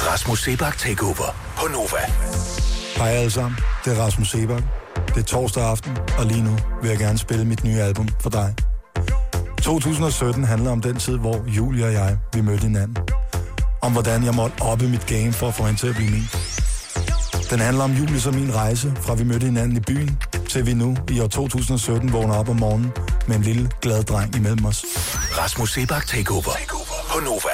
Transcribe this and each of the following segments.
Rasmus Seebach Takeover på Nova. Hej alle sammen, det er Rasmus Seebach. Det er torsdag aften, og lige nu vil jeg gerne spille mit nye album for dig. 2017 handler om den tid, hvor Julie og jeg, vi mødte hinanden. Om hvordan jeg måtte oppe mit game for at få hende til at blive min. Den handler om Julie som min rejse, fra vi mødte hinanden i byen, til vi nu i år 2017 vågner op om morgenen med en lille glad dreng imellem os. Rasmus Seebach Takeover på Nova.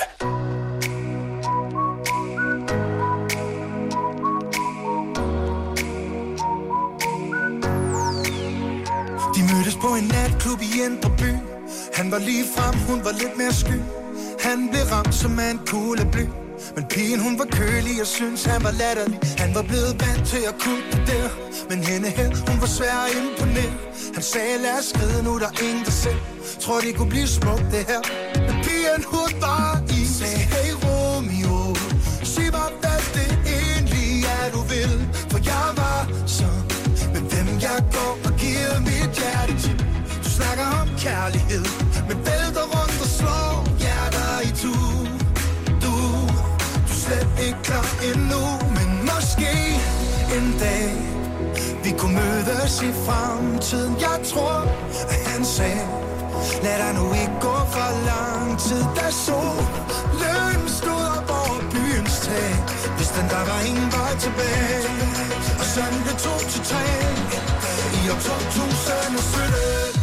De mødtes på en natklub i Indre By. Han var lige frem, hun var lidt mere sky. Han blev ramt som af en kugle bly. Men pigen hun var kølig og synes han var latterlig. Han var blevet vant til at kunne det der. Men hende her, hun var svær at imponere. Han sagde lad os skride, nu der ingen der ser. Tror det kunne blive smukt det her. Men pigen hun var i. Sagde hey Romeo, sig mig hvad det egentlig er du vil. For jeg var så med hvem jeg går og giver mit hjerte til. Du snakker om kærlighed, men vælter rundt og slår hjerter i tu. Du slet ikke klar endnu, men måske en dag vi kunne mødes i fremtiden. Jeg tror, at han sagde, lad dig nu ikke gå for lang tid. Da solen stod op over byens tag, hvis den der var ingen vej tilbage. Og sådan det 2 til 3 i år 2017.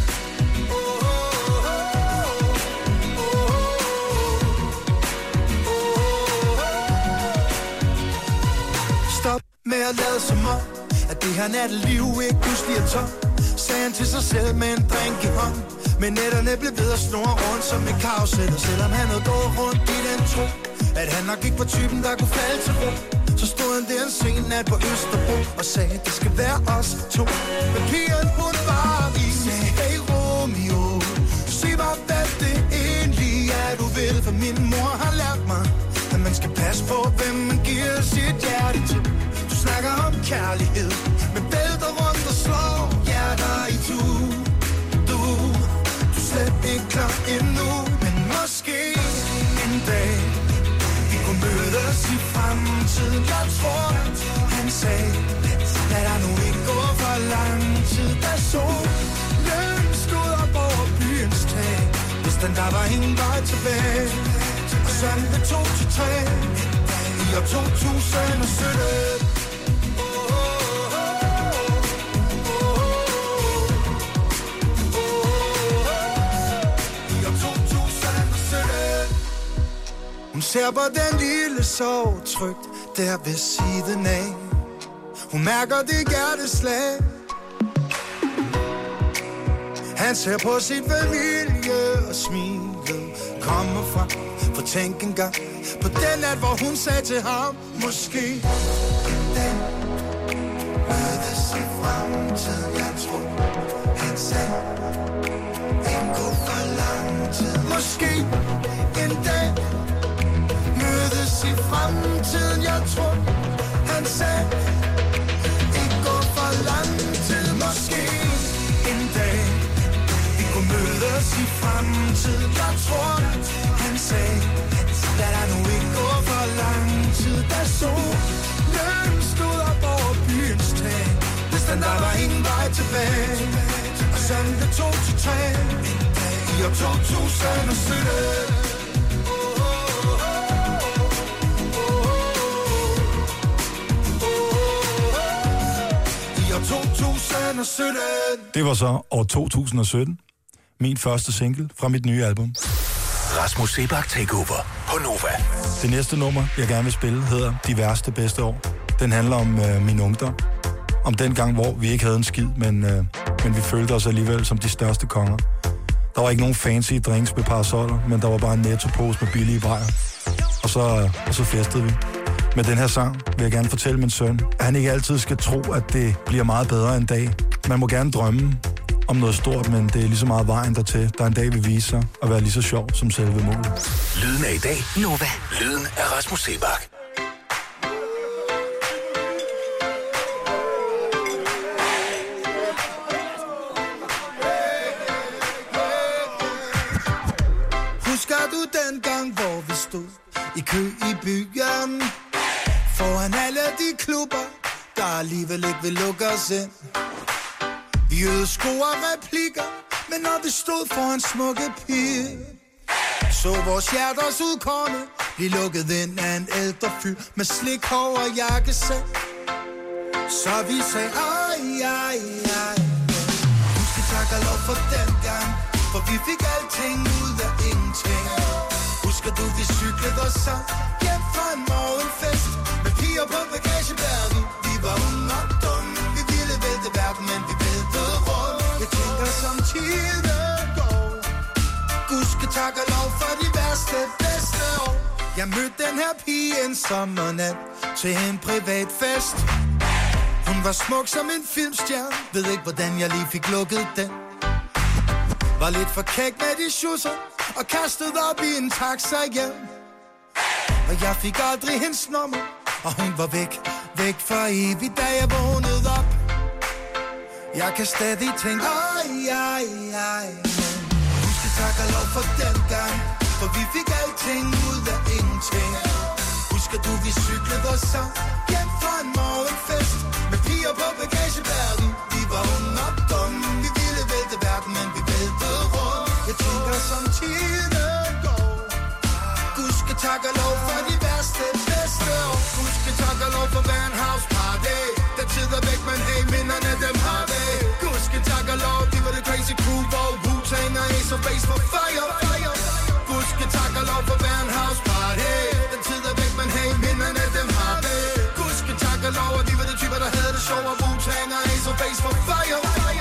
Med at lade som om, at det her natteliv ikke pludselig er tom, sagde han til sig selv med en drink i hånd. Men nætterne blev ved at snurre rundt som et karusel. Og selvom han havde gået rundt i den tro, at han nok ikke var typen, der kunne falde til ro, så stod han der en sen nat på Østerbro og sagde, det skal være os to. Men pigen hun var i. Sagde, hey Romeo, sig mig hvad det egentlig er du vil. For min mor har lært mig, at man skal passe på hvem man giver sit hjerte til. Snakker om kærlighed, men vælter rundt og slår hjerter i tu. Du slet ikke klar endnu, men måske en dag vi kunne mødes i fremtiden. Jeg tror, han sagde, lad dig nu ikke gå for lang tid. Da solen stod op over byens tag, hvis den der var ingen vej tilbage. Og sådan det 2 til 3 i år 2017. Hun ser på den lille sov trygt der ved siden af. Hun mærker det hjerteslag. Han ser på sin familie og smilet kommer frem. For tænk en gang på den nat, hvor hun sagde til ham, måske en dag mødes i fremtiden. Jeg tror, han sagde, ikke gå for lang tid. Måske en dag i fremtiden, jeg tror, han sagde, ikke gå for lang tid. Måske en dag vi kunne mødes i fremtiden. Jeg tror, han sagde, lad dig nu ikke gå for lang tid. Da solen stod op over byens tag, hvis den der var ingen vej tilbage. Og sådan det 2 til 3 i år 2017. Det var så år 2017. Min første single fra mit nye album. Rasmus Seebach Takeover på Nova. Det næste nummer, jeg gerne vil spille, hedder De værste bedste år. Den handler om min ungdom. Om den gang, hvor vi ikke havde en skid, men vi følte os alligevel som de største konger. Der var ikke nogen fancy drinks med parasoller, men der var bare en Netto-pose med billige bajer. Og så festede vi. Med den her sang vil jeg gerne fortælle min søn, at han ikke altid skal tro, at det bliver meget bedre en dag. Man må gerne drømme om noget stort, men det er lige så meget vejen dertil, der en dag vil vise sig at være lige så sjov som selve målet. Lyden af i dag. Nova. Lyden af Rasmus Seebach. Husker du den gang, hvor vi stod i kø i byen? Foran alle de klubber, der alligevel ikke vil lukke os ind. Vi øvede sko og replikker, men når vi stod foran smukke piger, så vores hjerters udkårne blive lukket ind af en ældre fyr med slik, hår og jakkesæt. Så vi sagde ej, ej, ej. Husk at takke lov for den gang, for vi fik alting ud af ingenting. Husker du, vi cyklede os så hjem fra en morgenfest med piger på bagagebærken. Vi var unge og dumme, vi ville vælte verden, men vi væltede rundt. Jeg tænker som tiden går. Gud skal takke lov for de værste, bedste år. Jeg mødte den her pige en sommernat til en privat fest. Hun var smuk som en filmstjerne, ved ikke hvordan jeg lige fik lukket den. Var lidt for kæk med de schusser og kastede op i en taxa hjem. Og jeg fik aldrig hendes nummer, og hun var væk for evigt, da jeg vågnede op. Jeg kan stadig tænke, ej, ej, ej. Husk at takke lov for den gang, for vi fik alting ud af ingenting. Husker du, vi cyklede os så hjem fra en morgenfest med piger på bagagebærken. Vi var unge og dumme, vi ville vælte verden, men vi væltede rundt. Jeg tænker som tiden går. Gud skal takke lov for de værste, bedste år. Gud skal takke lov for Vandhouse Party. Der tider væk, men hey, minderne dem har vi. Gud skal takke lov, de var det crazy crew, hvor Wu-Tang og Ace of Base for fire. Gud skal takke lov for Vandhouse Party. Der tider væk, men hey, minderne dem har vi. Gud skal takke lov, og de var de typer, der havde det sjov, og Wu-Tang og Ace of Base for fire.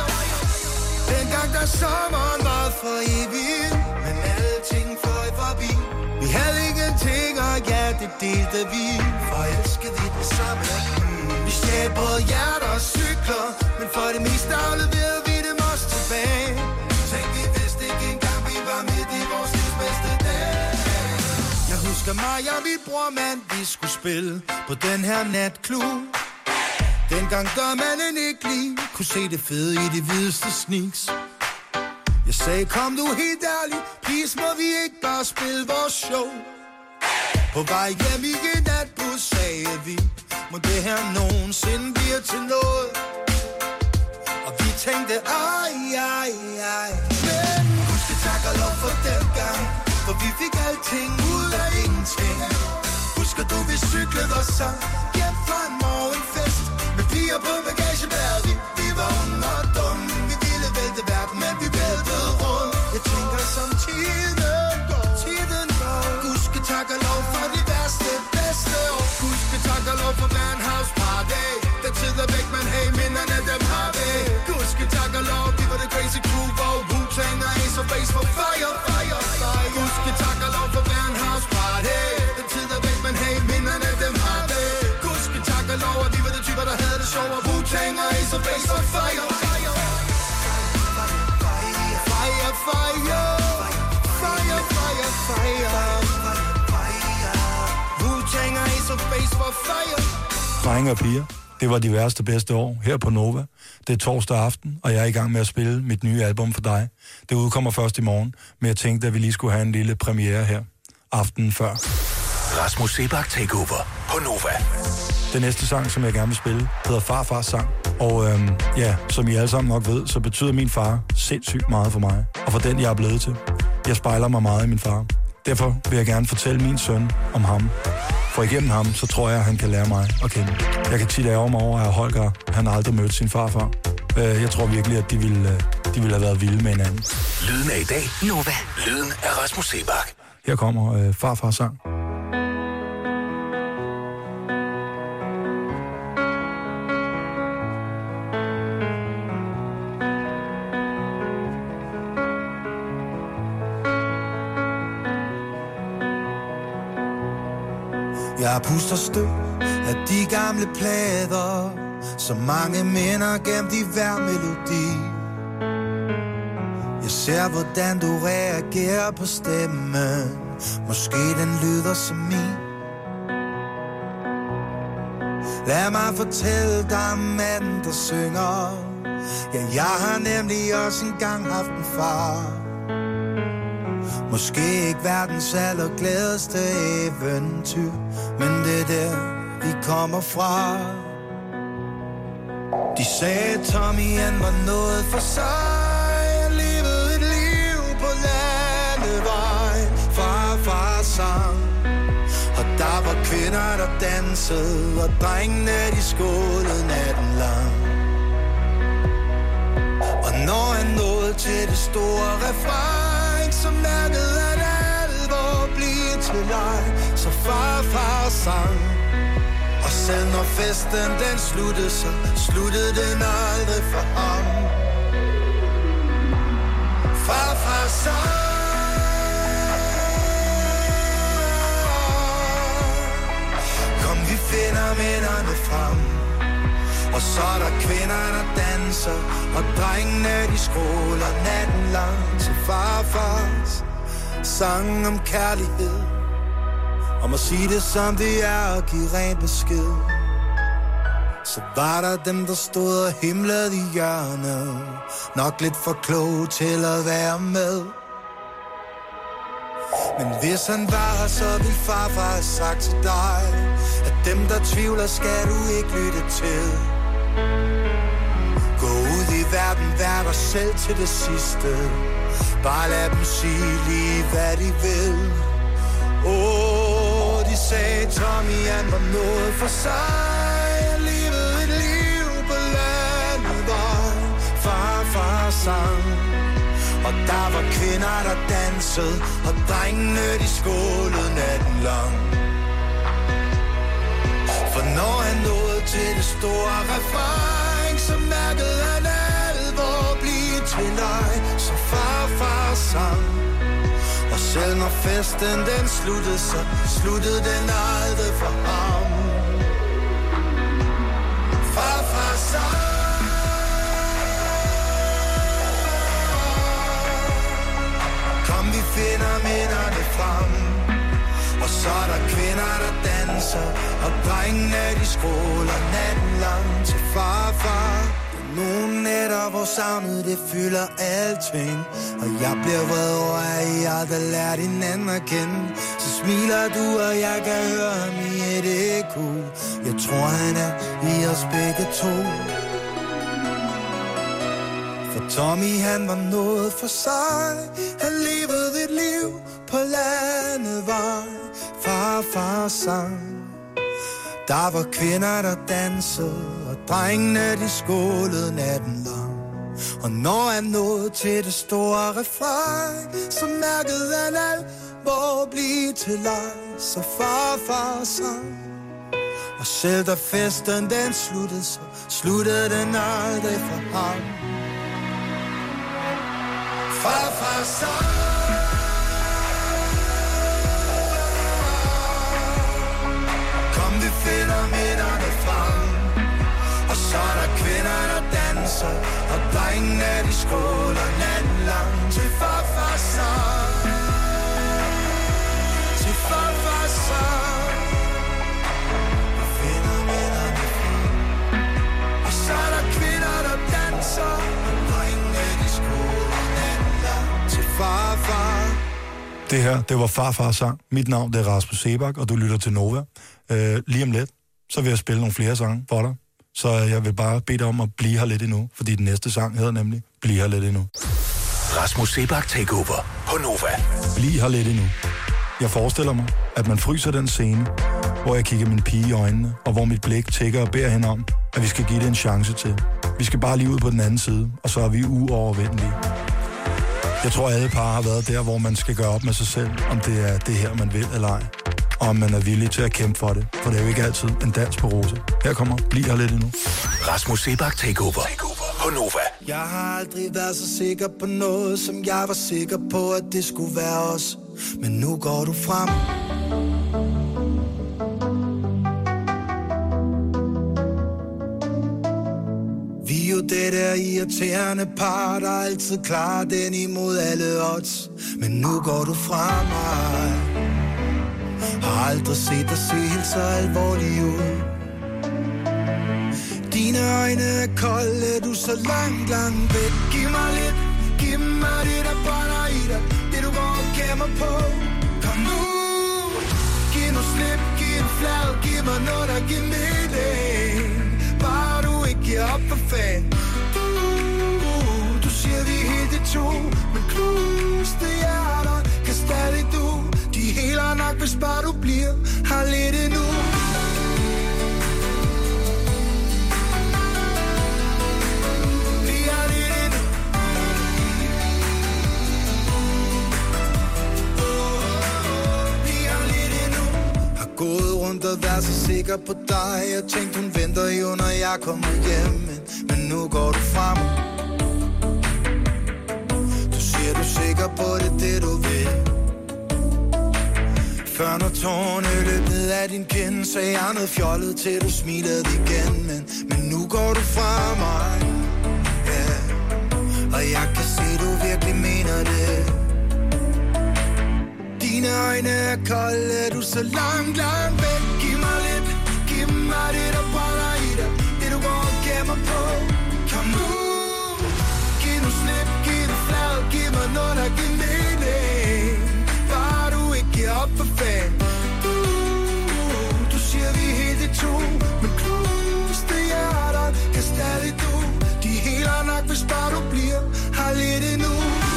Dengang der sommeren var for evigt, men alting fløj forbi. Vi havde ingenting, og ja, det delte vi, for elskede vi det samme. Vi stjal både hjerter og cykler, men for det meste afleverede vi dem også tilbage. Tænk, vi vidste ikke engang, vi var midt i vores livs bedste dag. Jeg husker mig og mit bror, mand, vi skulle spille på den her natklub. Dengang dørmanden ikke lige kunne se det fede i de hvideste sneaks. Jeg sagde, kom du helt ærligt, please må vi ikke bare spille vores show. På vej hjem i en natbus sagde vi, må det her nogensinde bliver til noget. Og vi tænkte, ej, ej, ej. Men husk at takke lov for den gang, for vi fik alting ud af ingenting. Husker du, vi cyklede os så hjem fra en morgenfest med piger på bagagebærken. Vi var unge og dumme, vi ville vælte verden, men vi væltede rundt. Jeg tænker som tiden går, tiden går. Gud skal takke lov for de værste, bedste år. Gud skal takke lov for Vandhouse Party. Der tider væk, men hey, minderne dem har vi. Gud skal takke lov, de var det crazy crew, hvor Wu-Tang og Ace of Base for fire. Gud skal takke lov for Vandhouse Party. Der tider væk, men hey, minderne dem har vi. Gud skal takke lov, og de var det typer, der havde det sjov, og Wu-Tang og Ace of Base for fire. Fire, fire, fire, fire. Wu-Tang og Ace of Base for fire. Drenge og piger, det var de værste bedste år her på Nova. Det er torsdag aften, og jeg er i gang med at spille mit nye album for dig. Det udkommer først i morgen, men jeg tænkte, at vi lige skulle have en lille premiere her aftenen før. Rasmus Seebach Takeover på Nova. Den næste sang, som jeg gerne vil spille, hedder Farfars sang. Og ja, som I alle sammen nok ved, så betyder min far sindssygt meget for mig. Og for den, jeg er blevet til. Jeg spejler mig meget i min far. Derfor vil jeg gerne fortælle min søn om ham. For igennem ham, så tror jeg, at han kan lære mig at kende. Jeg kan tit ærge mig over, at Holger, han aldrig mødte sin farfar. Jeg tror virkelig, at de ville have været vilde med hinanden. Lyden af i dag. Nova. Lyden af Rasmus Seebach. Her kommer Farfars sang. Jeg puster støv af de gamle plader, så mange minder gemt i hver melodi. Jeg ser, hvordan du reagerer på stemmen. Måske den lyder som min. Lad mig fortælle dig om manden, der synger. Ja, jeg har nemlig også engang haft en far. Måske ikke verdens allerglædeste eventyr, men det der, vi kommer fra. De sagde, Tommy, han var noget for sig. Han levede et liv på landevejen. Farfar sang, og der var kvinder, der dansede, og drengene, de skålede natten lang. Og når han nåede til det store refræn, så mærkede han alvor blive til leg. Så farfar sang, og selv når festen den sluttede, så sluttede den aldrig for ham. Farfar sang, kom vi finder minderne frem. Og så er der kvinder, der danser, og drengene, de skråler natten lang til farfars sang om kærlighed. Om at sige det som det er og give ren besked. Så var der dem, der stod og himlede i hjørnet, nok lidt for klog til at være med. Men hvis han var her, så ville farfar have sagt til dig, at dem, der tvivler, skal du ikke lytte til. Gå ud i verden, vær dig selv til det sidste. Bare lad dem sige lige, hvad de vil. De sagde, Tommy, han var noget for sig. Han levede et liv på landevej. Farfar sang, og der var kvinder, der dansede, og drengene, de skålede natten lang. For når han nåede til det store refræn, så mærkede han alvor blive til leg. Så farfar sang, og selv når festen den sluttede, så sluttede den aldrig for ham. Farfar sang, kom vi finder minderne frem. Og så er der kvinder, der danser, og drengene, de skråler natten lang til farfar. Nogle nætter, hvor savnet det fylder alting, og jeg bliver vred over, at I aldrig lært hinanden at kende. Så smiler du, og jeg kan høre ham i et ekko. Jeg tror, han er i os begge to. For Tommy, han var noget for sig. Han levede et liv på landevej. Farfar sang, der var kvinder, der dansede, og drengene, de skålede natten lang. Og når han nåede til det store refræn, så mærkede han alvor blive til leg. Så farfar sang, og selv da festen den sluttede, så sluttede den aldrig for ham. Farfar sang, kom vi finder midterne frem. Og så er der kvinder, der danser, og drengene, de skråler natten lang til farfar sang. Til farfar sang. Vi finder midterne frem. Og så er der kvinder, der danser, og drengene, de skråler natten lang til farfar. Det her, det var farfars sang. Mit navn, det er Rasmus Seebach, og du lytter til Nova. Lige om lidt, så vil jeg spille nogle flere sange for dig. Så jeg vil bare bede dig om at blive her lidt endnu, fordi den næste sang hedder nemlig Bliv her lidt endnu. Rasmus Seebach Takeover på Nova. Bliv her lidt endnu. Jeg forestiller mig, at man fryser den scene, hvor jeg kigger min pige i øjnene, og hvor mit blik tækker og beder hende om, at vi skal give det en chance til. Vi skal bare lige ud på den anden side, og så er vi uovervindelige. Jeg tror, alle par har været der, hvor man skal gøre op med sig selv, om det er det her, man vil eller ej. Og om man er villig til at kæmpe for det. For det er jo ikke altid en dans på rose. Her kommer Bliv her lidt endnu. Rasmus Seebach Takeover på Nova. Jeg har aldrig været så sikker på noget, som jeg var sikker på, at det skulle være os. Men nu går du frem. Vi er jo det der irriterende par, der altid klarer den imod alle odds. Men nu går du fra mig. Har aldrig set dig se helt så alvorlig ud. Dine øjne er kolde, du er så langt, langt væk. Giv mig lidt, giv mig det, der brænder i dig. Det du går og gemmer på. Kom nu, giv nu slip, giv en flad, giv mig noget, der giver mening. Bare du ikke giver op for fan. Du siger vi er helt i to, men knuste hjerter kan stadig du. De heler nok, hvis bare du bliver her lidt endnu. Gået rundt og været så sikker på dig. Jeg tænkte hun venter jo når jeg kommer hjem, men nu går du frem. Du siger du er sikker på det du vil. Før når tårerne løb ned af din kind, sagde jeg noget fjollet til du smilede igen. Men nu går du fra mig, yeah. Og jeg kan se du virkelig mener det. Dine øjne er kolde, du så langt væk. Giv mig det, der brænder i dig. Det du går og gemmer på. Kom nu, giv nu slip, giv nu flad. Giv mig noget, der giver mening. Bare du ikke giver op for fan. Du siger vi er helt i to, men knuste hjerter kan stadig du. De heler nok, hvis bare du bliver her lidt endnu.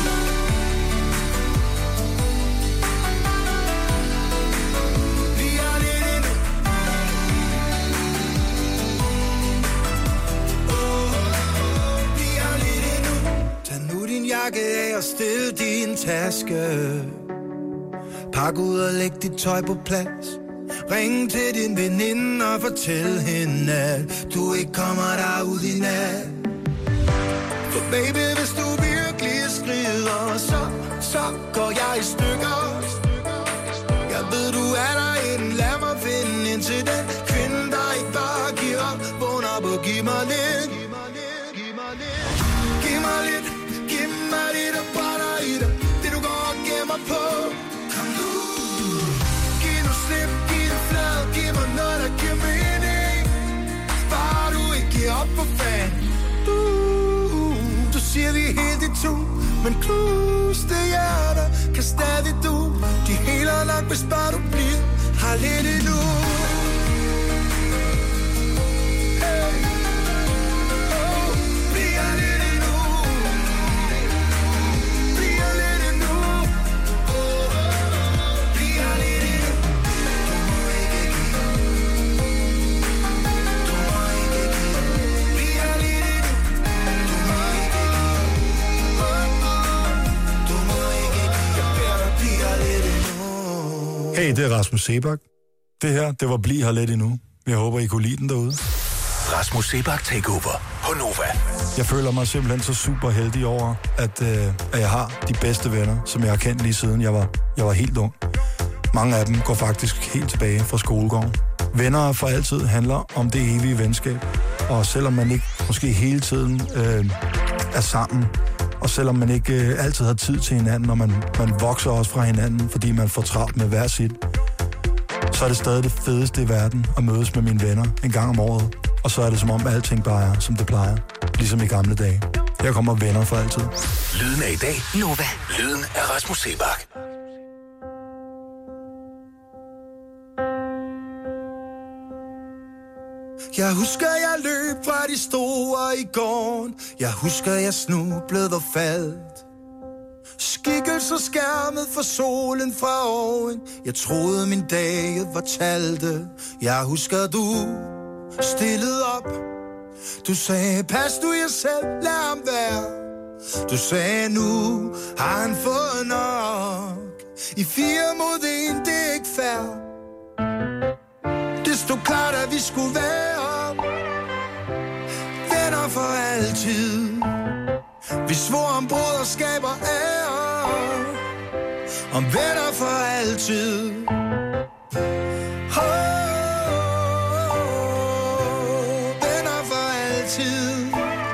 Jakke af og stil din taske. Pak ud og læg dit tøj på plads. Ring til din veninde og fortæl hende, at du ikke kommer derud i nat. For baby, hvis du virkelig skrider, så går jeg i stykker. Jeg ved, du er derinde. Lad mig finde ind til den kvinde, der ikke bare giver op. Vågn op og giv mig lidt. Giv mig lidt. Giv mig det, der brænder i dig. Det du går og gemmer på. Kom nu. Giv nu slip, giv nu flad. Giv mig noget, der giver mening. Bare du ikke giver op for fan. Du siger vi er helt i to, men knuste hjerter kan stadig du. De heler nok, hvis bare du bliver her lidt endnu. Hey, det er Rasmus Seebach. Det her, det var Bliv her lidt endnu. Jeg håber, I kunne lide den derude. Rasmus Seebach Takeover på Nova. Jeg føler mig simpelthen så super heldig over, at jeg har de bedste venner, som jeg har kendt lige siden jeg var helt ung. Mange af dem går faktisk helt tilbage fra skolegården. Venner for altid handler om det evige venskab. Og selvom man ikke måske hele tiden er sammen, og selvom man ikke altid har tid til hinanden, og man vokser også fra hinanden, fordi man får travlt med hver sit, så er det stadig det fedeste i verden at mødes med mine venner en gang om året. Og så er det som om alting bare er, som det plejer. Ligesom i gamle dage. Her kommer venner for altid. Lyden af i dag. Nova. Lyden af Rasmus Seebach. Jeg husker, jeg løb fra de store i gården. Jeg husker, jeg snublede og faldt. Skikkelser skærmet for solen fra oven. Jeg troede, min dage var talte. Jeg husker, du stillede op. Du sagde, pas du jer selv, lad ham være. Du sagde, nu har han fået nok. I 4 mod 1, det er ikke fair. Det stod klart, at vi skulle være venner for altid. Vi svor om broderskab og ære, om venner for altid. Venner for altid.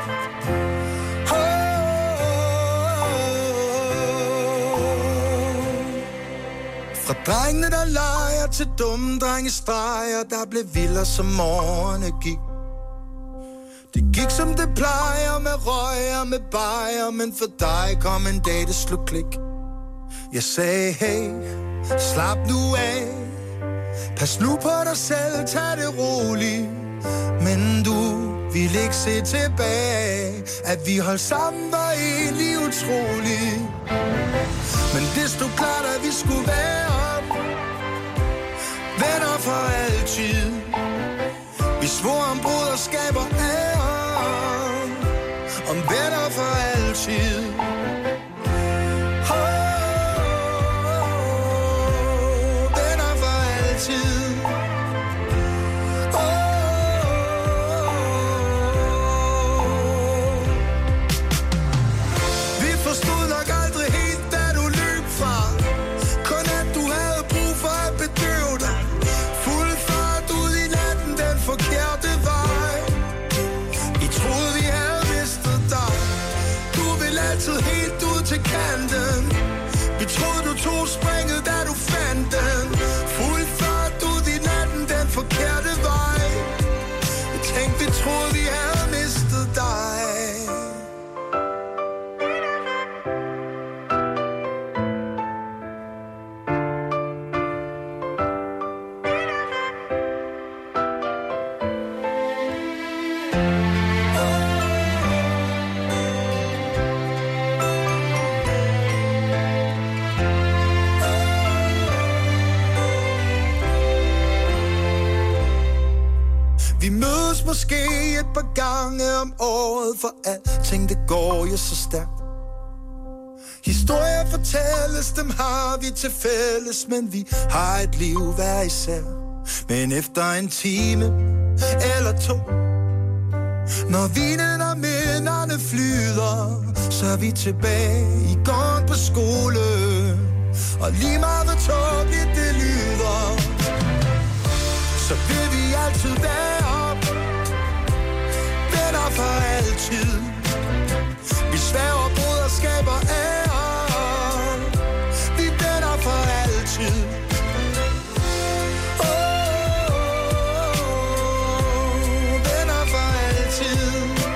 Fra drengene, der leger, til dumme drengestreger, der blev vildere som morgene gik. Det gik som det plejer, med røg og med bajer, men for dig kom en dag, det slog klik. Jeg sagde, hey, slap nu af. Pas nu på dig selv, tag det roligt. Men du vil ikke se tilbage. At vi holdt sammen var egentlig utroligt. Men det stod klart, at vi skulle være venner for altid. Vi svor om broderskab og ære, om venner for altid. Venner for altid. Vi forstod nok aldrig helt, hvad du løb fra. Kun at du havde brug for at bedøve dig. Fuld fart ud i natten, den forkerte vej. Vi troede, vi havde mistet dig. Du ville altid helt ud til kanten. Vi troede, du tog springet, da du fandt den. Fuld fart ud i natten, den forkerte vej. Vi tænkte, vi troede, vi havde mistet dig. Vi mødes måske et par gange om året, for alting det går jo så stærkt. Historier fortælles, dem har vi til fælles, men vi har et liv hver især. Men efter en time eller to, når vinen og minderne flyder, så er vi tilbage i gården på skole. Og lige meget hvor tåbeligt det lyder, så vil vi altid være venner for altid. Vi sværger broderskab og ære. Vi venner for altid. Venner for altid.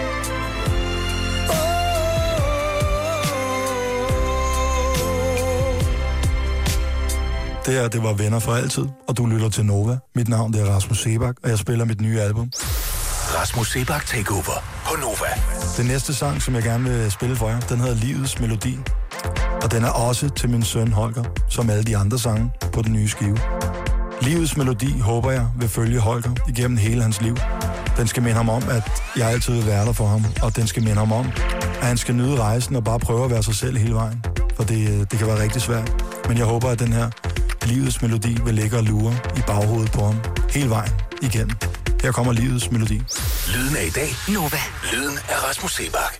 Det her, det var Venner for altid, og du lytter til Nova. Mit navn det er Rasmus Seebach, og jeg spiller mit nye album. Rasmus Seebach Takeover på Nova. Den næste sang, som jeg gerne vil spille for jer, den hedder Livets Melodi. Og den er også til min søn Holger, som alle de andre sange på den nye skive. Livets Melodi håber jeg vil følge Holger igennem hele hans liv. Den skal minde ham om, at jeg altid vil være der for ham, og den skal minde ham om, at han skal nyde rejsen og bare prøve at være sig selv hele vejen. For det kan være rigtig svært. Men jeg håber, at den her Livets Melodi vil ligge og lure i baghovedet på ham hele vejen igennem. Her kommer Livets Melodi. Lyden af i dag. Nova. Lyden af Rasmus Seebach.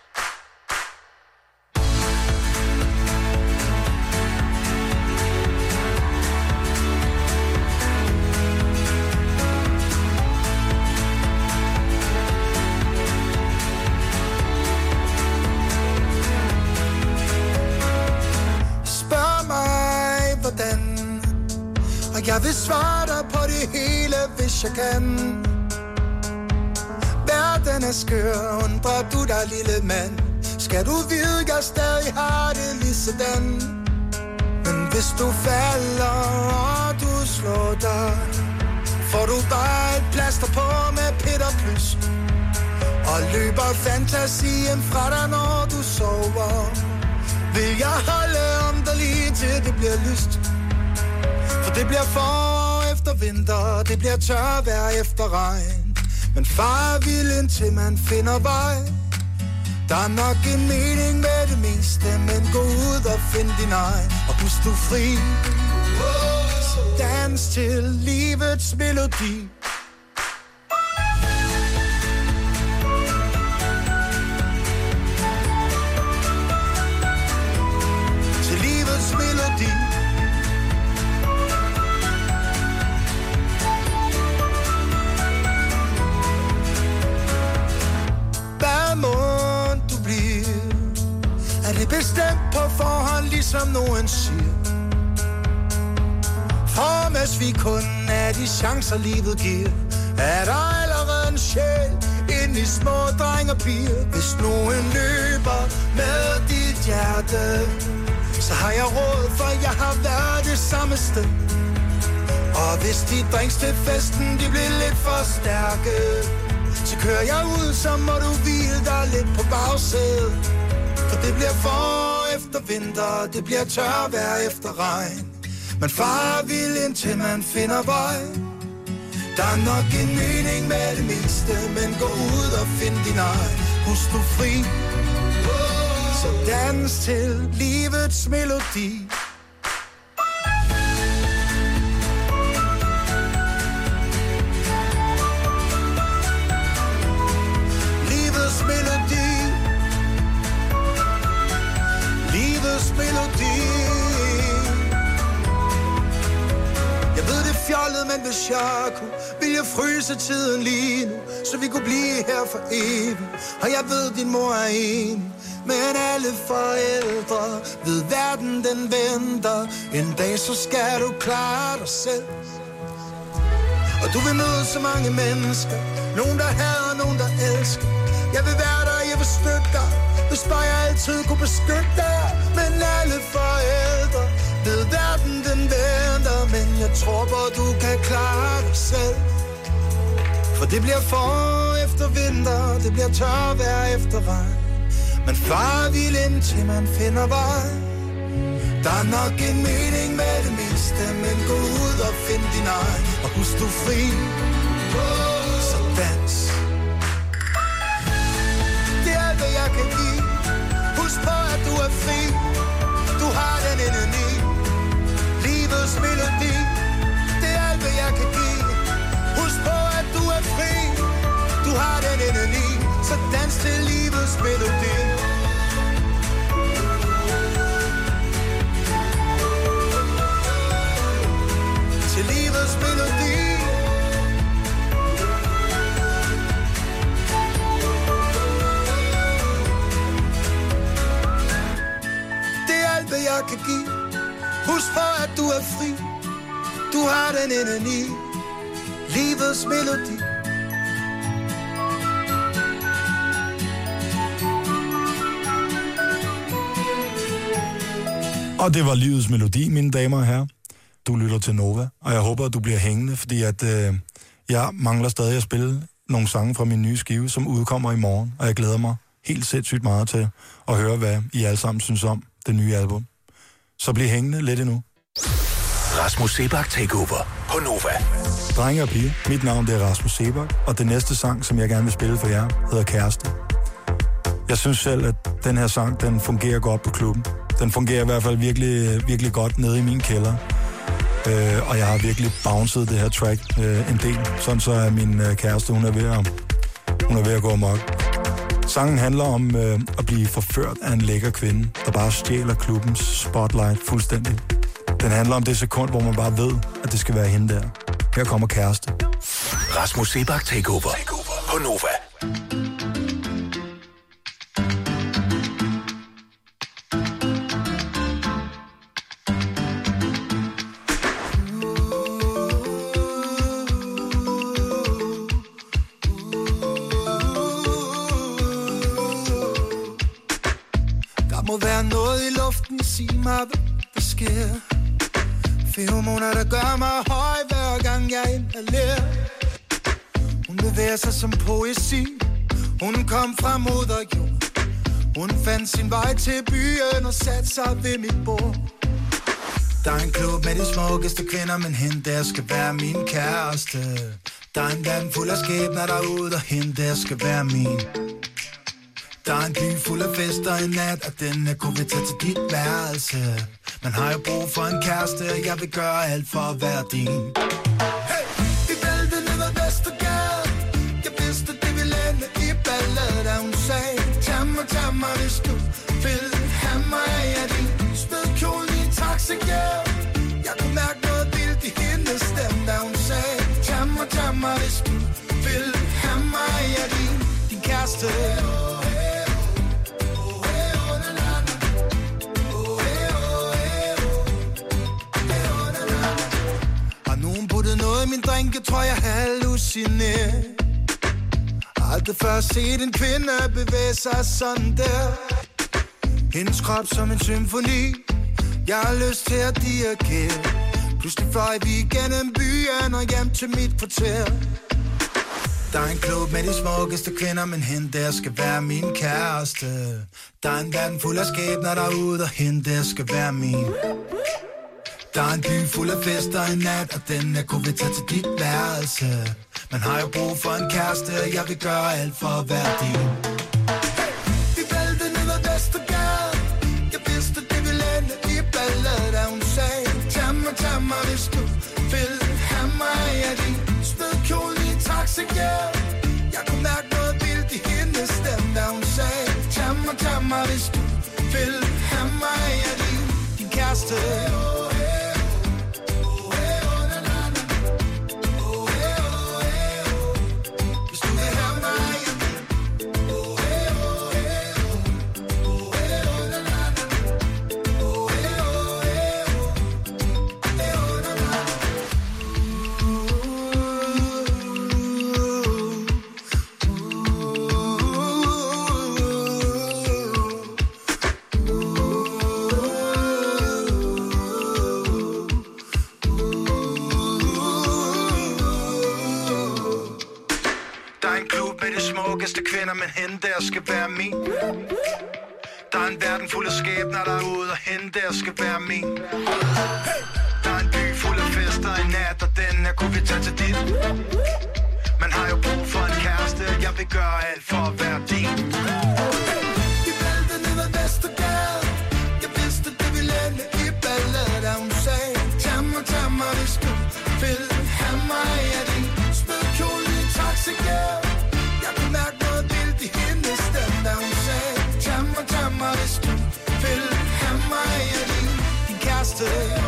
Spørg mig, hvordan, og jeg vil svare dig på det hele, hvis jeg kan. Verden er skør, undrer du dig, lille mand. Skal du vide, jeg stadig har det lige sådan. Men hvis du falder, og du slår dig, får du bare et plaster på med Peter Plys. Og løber fantasien fra dig, når du sover. Vil jeg holde om dig lige til det bliver lyst. For det bliver forår efter vinter, det bliver tørvejr efter regn. Men far vil indtil man finder vej. Der er nok en mening med det meste, men gå ud og find din egen. Og husk du fri, så dans til livets melodi. Til livets melodi. Er det bestemt på forhånd, ligesom nogen siger? Formes vi kun af de chancer, livet giver. Er der allerede en sjæl ind i små drenge og piger? Hvis nogen løber med dit hjerte, så har jeg råd, for jeg har været det samme sted. Og hvis de drinks til festen, de bliver lidt for stærke, så kører jeg ud, så må du hvile dig lidt på bagsædet. For det bliver forår efter vinter, det bliver tørvejr efter regn. Man farer vild indtil man finder vej. Der er nok en mening med det meste, men gå ud og find din egen. Husk du fri, så dans til livets melodi. Livets melodi. Livets melodi. Jeg ved det er fjollet, men hvis jeg kunne, ville jeg fryse tiden lige nu, så vi kunne blive her for evigt. Og jeg ved, din mor er enig, men alle forældre ved, verden den venter. En dag så skal du klare dig selv. Og du vil møde så mange mennesker, nogen der hader, nogen der elsker. Jeg vil være der, jeg vil støtte dig, hvis bare jeg altid kunne beskytte dig. Men alle forældre ved, verden den venter, men jeg tror på, du kan klare dig selv. For det bliver forår efter vinter, det bliver tørvejr efter regn. Man farer vild indtil man finder vej. Der er nok en mening med det meste, men gå ud og find din egen. Og husk du fri, så dans. Det er alt, hvad jeg kan give. Husk på, at du er fri. Du har den indeni. Livets melodi. Det er alt, hvad jeg kan give. Husk på, at du er fri. Du har den indeni. Så dans til livets melodi. Til livets melodi. Det er alt, hvad jeg kan give. Husk på, at du er fri. Du har den indeni. Livets melodi. Og det var livets melodi, mine damer og herrer. Du lytter til Nova, og jeg håber, at du bliver hængende, fordi at jeg mangler stadig at spille nogle sange fra min nye skive, som udkommer i morgen, og jeg glæder mig helt sindssygt meget til at høre, hvad I alle sammen synes om det nye album. Så bliv hængende lidt endnu. Rasmus Seebach Takeover på Nova. Drenge og piger, mit navn det er Rasmus Seebach, og den næste sang, som jeg gerne vil spille for jer, hedder Kæreste. Jeg synes selv, at den her sang, den fungerer godt på klubben. Den fungerer i hvert fald virkelig, virkelig godt nede i min kælder. Og jeg har virkelig bounced det her track en del, sådan så er min kæreste, hun er ved at gå amok. Sangen handler om at blive forført af en lækker kvinde, der bare stjæler klubbens spotlight fuldstændig. Den handler om det sekund, hvor man bare ved, at det skal være hende der. Her kommer Kæreste. Rasmus Seebach Takeover på Nova. må være noget i luften, sig mig, hvad sker. Feromoner, der gør mig høj, hver gang jeg inhalerer. Hun bevæger sig som poesi. Hun kom fra moder jord. Hun fandt sin vej til byen og satte sig ved mit bord. Der er en klub med de smukkeste kvinder, men hende der skal være min kæreste. Der er en land fuld af skæbner derude, og hende der skal være min. Der er en by fuld af fester i nat, og den kunne vi tage til dit værelse. Man har jo brug for en kæreste, og jeg vil gøre alt for at være din. Hey, vi vælte ned ad Vestergade. Jeg vidste, det ville ende i ballade, da hun sagde, tag mig, hvis du vil have mig, er din. Smed kjolen i en taxi, yeah. Jeg kunne mærke noget vildt i hendes stemme, da hun sagde, tag mig, hvis du vil have mig, er din kæreste. Noget i min drink, jeg tror jeg hallucinerer. Aldrig før set en kvinde bevæge sig sådan der. Hendes krop som en symfoni. Jeg har lyst til at dirigere. Pludselig fløj vi igennem byen og hjem til mit kvarter. Der er en klub med de smukkeste kvinder, men hende der skal være min kæreste. Der er en verden fuld af skæbner derude, og hende der skal være min. Der er en by fuld af fester i nat, og den er kunne vi tage til dit værelse. Man har jo brug for en kæreste, og jeg vil gøre alt for at være din. Vi vælte ned ad Vestergade. Jeg vidste, det ville ende i ballet, da hun sagde: tag mig, hvis du vil have mig af din. Smed kjolen i taxi, yeah. Jeg kunne mærke noget vildt i hendes stemme, da hun sagde: tag mig, hvis du vil have mig af din kæreste. Men hende der skal være min. Der er en verden fuld af skæbner derude, og hende der skal være min. Der er en by fuld af fester i nat, og den er kunne vi tage til dit. Man har jo brug for en kæreste, og jeg vil gøre alt for at være din. Vi vælte ned ad Vestergade. Jeg vidste, det ville ende i ballet, da hun sagde: tag mig, hvis du vil have mig af din. Smed kjolen i taxi, yeah. Jeg kunne mærke noget vildt i hendes stemme, da hun sagde: tag mig, hvis du vil have mig af din kæreste.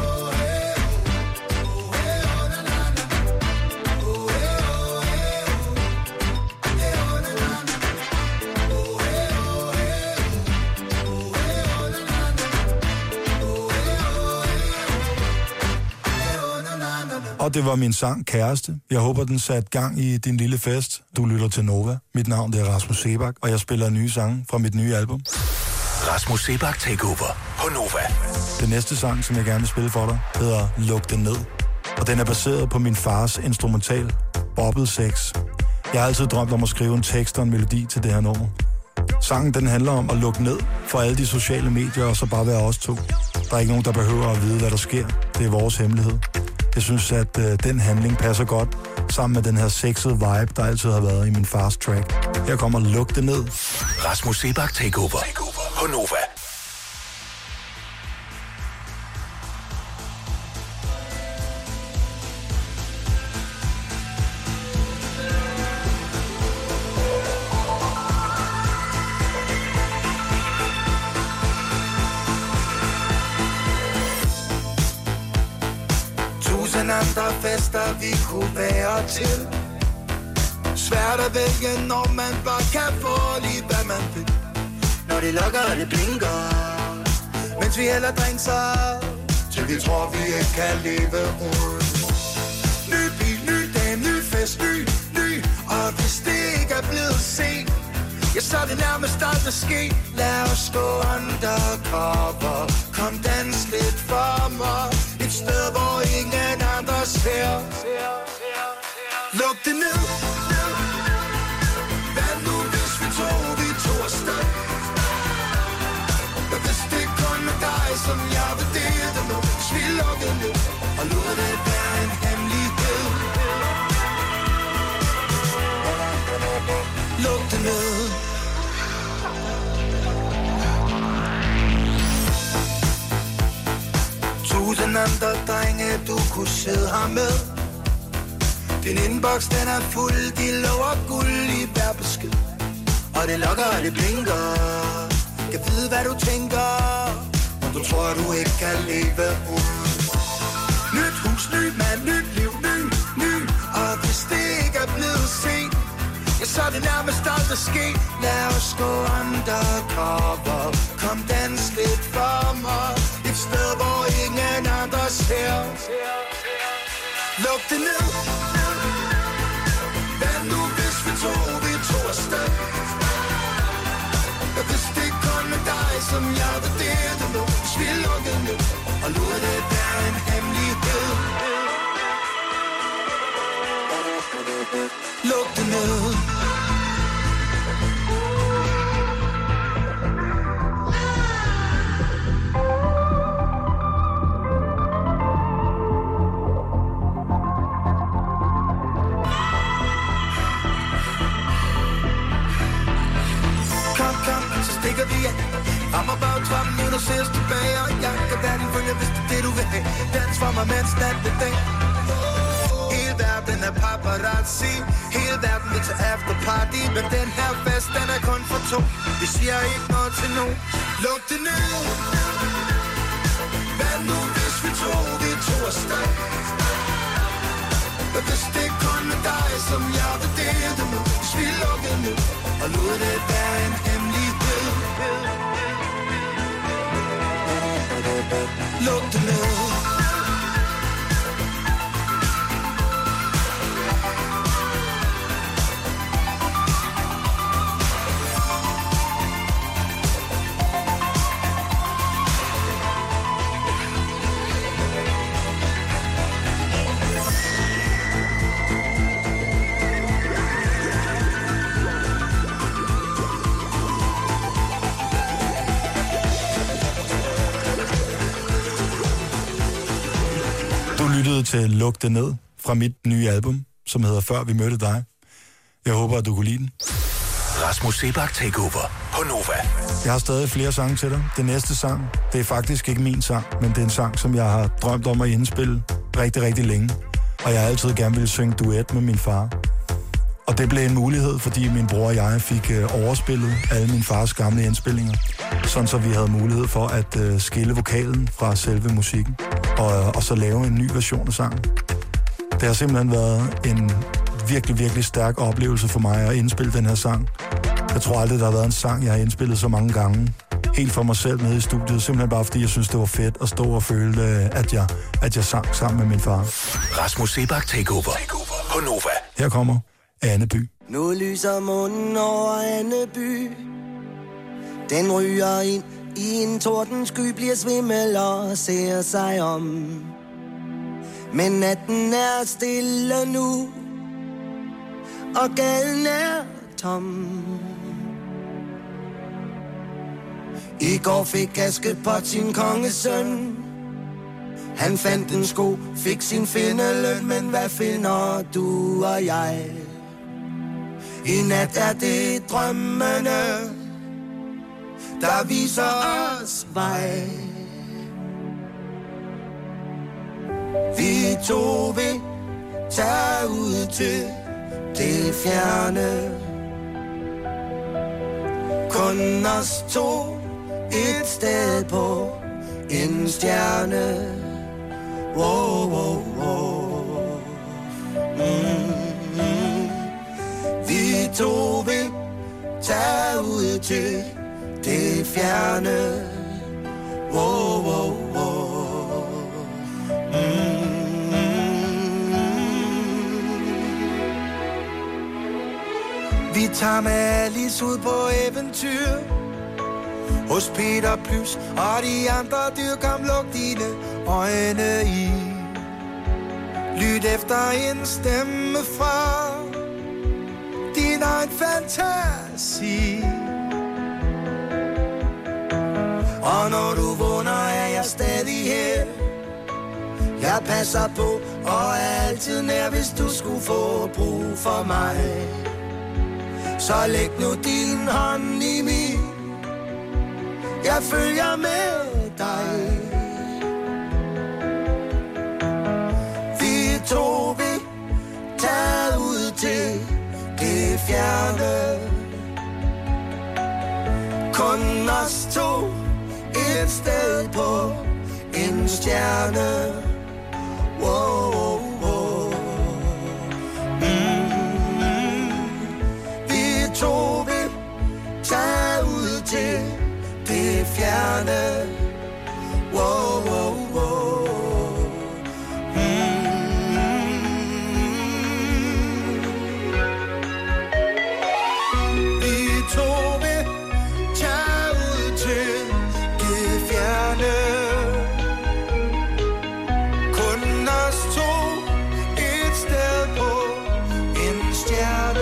Og det var min sang Kæreste. Jeg håber, den satte gang i din lille fest. Du lytter til Nova. Mit navn det er Rasmus Seebach, og jeg spiller nye sange fra mit nye album. Rasmus Seebach Takeover på Nova. Den næste sang, som jeg gerne vil spille for dig, hedder Luk den ned. Og den er baseret på min fars instrumental, Bobbet Sex. Jeg har altid drømt om at skrive en tekst og en melodi til det her nummer. Sangen den handler om at lukke ned for alle de sociale medier, og så bare være os to. Der er ikke nogen, der behøver at vide, hvad der sker. Det er vores hemmelighed. Jeg synes, at den handling passer godt sammen med den her sexede vibe, der altid har været i min fars track. Her kommer Luk det ned. Rasmus Seebach Takeover på Nova. Andre fester vi kunne være til. Svært at vælge, når man bare kan få lige hvad man vil. Når det lukker og det blinker, mens vi hælder drinkser, til vi tror vi ikke kan leve uden. Ny bil, ny dag, ny fest, ny. Og hvis det ikke er blevet set, ja, så er det nærmest aldrig sket. Lad os gå undercover, kom dans lidt for mig. Et sted, hvor ingen andre ser. Luk det ned. Hvad nu, hvis vi tog afsted? Og hvis det kun med dig, som jeg vil dele det nu. Hvis vi lukker ned, og lod det være en hemmelighed. Luk det ned. Tusind andre drenge, du kunne sidde her med. Din inbox, den er fuld, de lover guld i hver besked. Og det lukker, og det blinker. Jeg ved, hvad du tænker, om du tror, du ikke kan leve uden. Nyt hus, ny mand, nyt liv, ny. Og hvis det ikke er blevet sent, ja, så er det nærmest aldrig sket. Lad os gå undercover, kom dans lidt for mig. Et sted, hvor ingen andre ser. Luk det ned. Hvad nu, hvis vi tog afsted? Hvis det kun med dig, som jeg vil dele det nu. Hvis vi lukker ned, og lod det være en hemmelighed. luk det ned. Stikker vi af. Rammer bagtrappen uden at se os tilbage. Og jeg kan være din følge, hvis det er det du vil have. Dans for mig, mens nat ved dag. Hele verden er paparazzi. Hele verden vil tage afterparty. Men den her fest, den er kun for to. Vi siger ikke noget til nogen. Luk det ned. Hvad nu hvis vi tog afsted? Men hvis det kun er dig, som jeg vil dele med. Hvis vi lukker nu og lod det være en hemmelighed. Luk det ned. Lyttede til Luk det ned fra mit nye album, som hedder Før vi mødte dig. Jeg håber, at du kunne lide den. Rasmus Seebach Takeover på Nova. Jeg har stadig flere sange til dig. Den næste sang, det er faktisk ikke min sang, men det er en sang, som jeg har drømt om at indspille rigtig, rigtig længe. Og jeg har altid gerne ville synge duet med min far. Og det blev en mulighed, fordi min bror og jeg fik overspillet alle min fars gamle indspillinger. Sådan så vi havde mulighed for at skille vokalen fra selve musikken. Og så lave en ny version af sangen. Det har simpelthen været en virkelig, virkelig stærk oplevelse for mig at indspille den her sang. Jeg tror aldrig, der har været en sang, jeg har indspillet så mange gange. Helt for mig selv nede i studiet. Simpelthen bare fordi jeg synes, det var fedt at stå og føle, at jeg sang sammen med min far. Rasmus Seebach Takeover på Nova. Her kommer Anneby. Nu lyser månen over Anneby. Den ryger ind i en tordensky, bliver svimmel og ser sig om. Men natten er stille nu, og gaden er tom. I går fik Askepot sin kongesøn. Han fandt en sko, fik sin findeløn. Men hvad finder du og jeg? I nat er det drømmene, der viser os vej. Vi to vil tage ud til det fjerne. Kun os to, et sted på en stjerne. Wow, wow, wow. Vi to vil tage ud til det fjerne. Wow, wow, wow. Vi tager med Alice ud på eventyr hos Peter Plys og de andre dyr. Kom, luk dine øjne i. Lyt efter en stemme fra din egen fantasi. Og når du vågner, er jeg stadig her. Jeg passer på og er altid nær, hvis du skulle få brug for mig. Så læg nu din hånd i min. Jeg følger med dig. Vi to vil tage ud til det fjerne. Kun os to, et sted på en stjerne. Wow, wow. Vi to vil tage ud til det fjerne. Wow, wow, wow. Vi to vil tage ud til det fjerne. Kun os stjerne.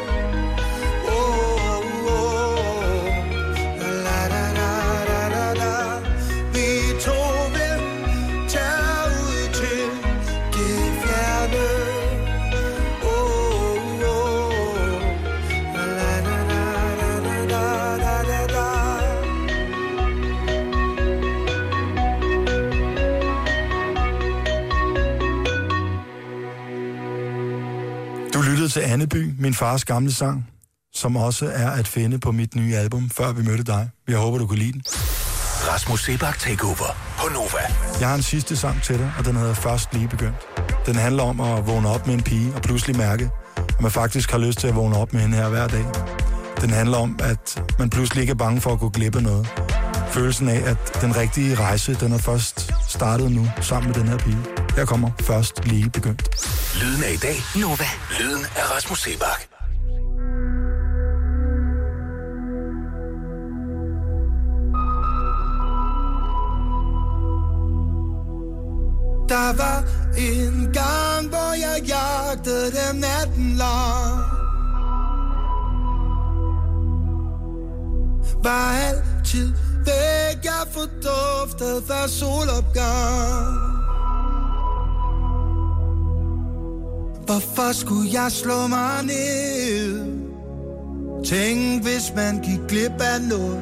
Til Anneby, min fars gamle sang, som også er at finde på mit nye album, Før vi mødte dig. Jeg håber, du kunne lide den. Rasmus Seebach Takeover på Nova. Jeg har en sidste sang til dig, og den hedder Først lige begyndt. Den handler om at vågne op med en pige og pludselig mærke, at man faktisk har lyst til at vågne op med hende her hver dag. Den handler om, at man pludselig ikke er bange for at gå glip af noget. Følelsen af, at den rigtige rejse, den er først startet nu sammen med den her pige. Her kommer Først lige begyndt. Lyden af i dag. Nova. Lyden af Rasmus Seebach. Der var en gang, hvor jeg jagtede dem natten lang. Var altid væk, jeg forduftede før solopgang. Hvorfor skulle jeg slå mig ned? Tænk, hvis man gik glip af noget.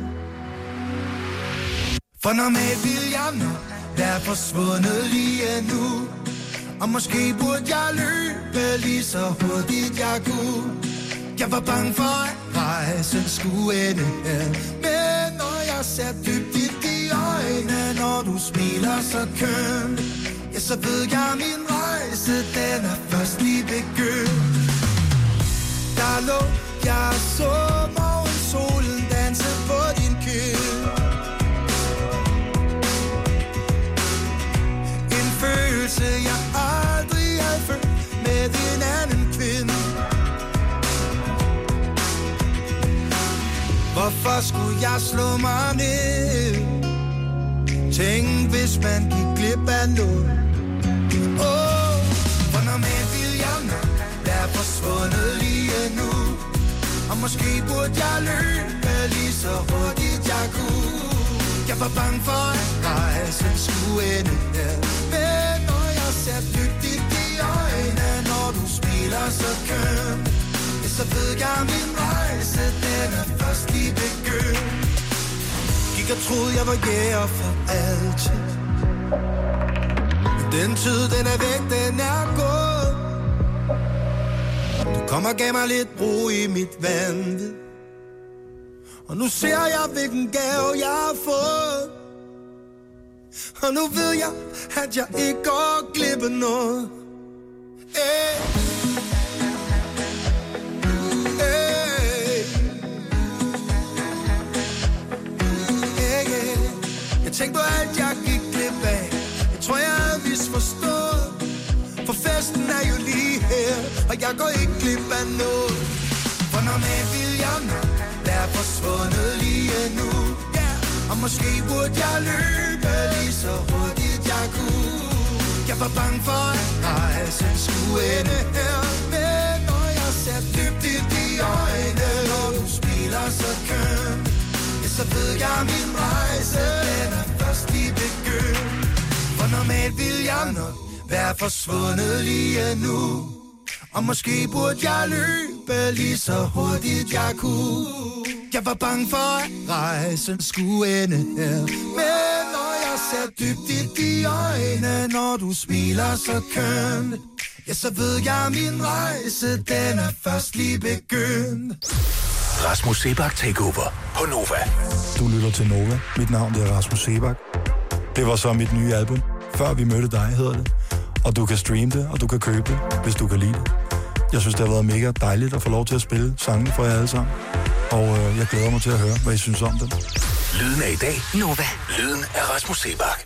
For normalt ville jeg nok være forsvundet lige nu. Og måske burde jeg løbe lige så hurtigt jeg kunne. Jeg var bange for, at rejsen skulle ende her. Men når jeg ser dybt i de øjne, når du smiler så kønt, ja, så ved jeg, min rejse, den er først lige begyndt. Der lå jeg så morgensolen danse på din kind. En følelse, jeg aldrig havde følt med en anden kvinde. Hvorfor skulle jeg slå mig ned? Tænk, hvis man gik glip af noget. For normalt ville jeg nok være forsvundet lige nu. Og måske burde jeg løbe lige så hurtigt jeg kunne. Jeg var bange for, at rejsen skulle ende her. Men når jeg ser dybt i de øjne, når du smiler så kønt, ja, så ved jeg, min rejse, den er først lige begyndt. Gik og troede, jeg var jæger for altid. Den tid, den er væk, den er gået. Du kom og gav mig lidt ro i mit vanvid. Og nu ser jeg, hvilken gave jeg har fået. Og nu ved jeg, at jeg ikke går glip af noget. Hey. Hey. Hey, hey. Jeg tænkte på alt, jeg gik glip af. Tror jeg havde misforstået. For festen er jo lige her, og jeg går ikke glip af noget. For normalt ville jeg nok være forsvundet lige nu, yeah. Og måske burde jeg løbe lige så hurtigt jeg kunne. Jeg var bange for, at rejsen skulle ende her. Men når jeg ser dybt i de øjne, når du smiler så kønt, ja, så ved jeg, min rejse, den er først lige begyndt. For normalt ville jeg nok være forsvundet lige nu. Og måske burde jeg løbe lige så hurtigt jeg kunne. Jeg var bange for, at rejsen skulle ende her. Men når jeg ser dybt i de øjne, når du smiler så kønt, ja, så ved jeg, min rejse, den er først lige begyndt. Rasmus Seebach Takeover på Nova. Du lytter til Nova. Mit navn er Rasmus Seebach. Det var så mit nye album. Før vi mødte dig, hedder det. Og du kan streame det, og du kan købe det, hvis du kan lide det. Jeg synes, det har været mega dejligt at få lov til at spille sangene for jer alle sammen. Og jeg glæder mig til at høre, hvad I synes om det. Lyden af i dag. Nova. Lyden af Rasmus Seebach.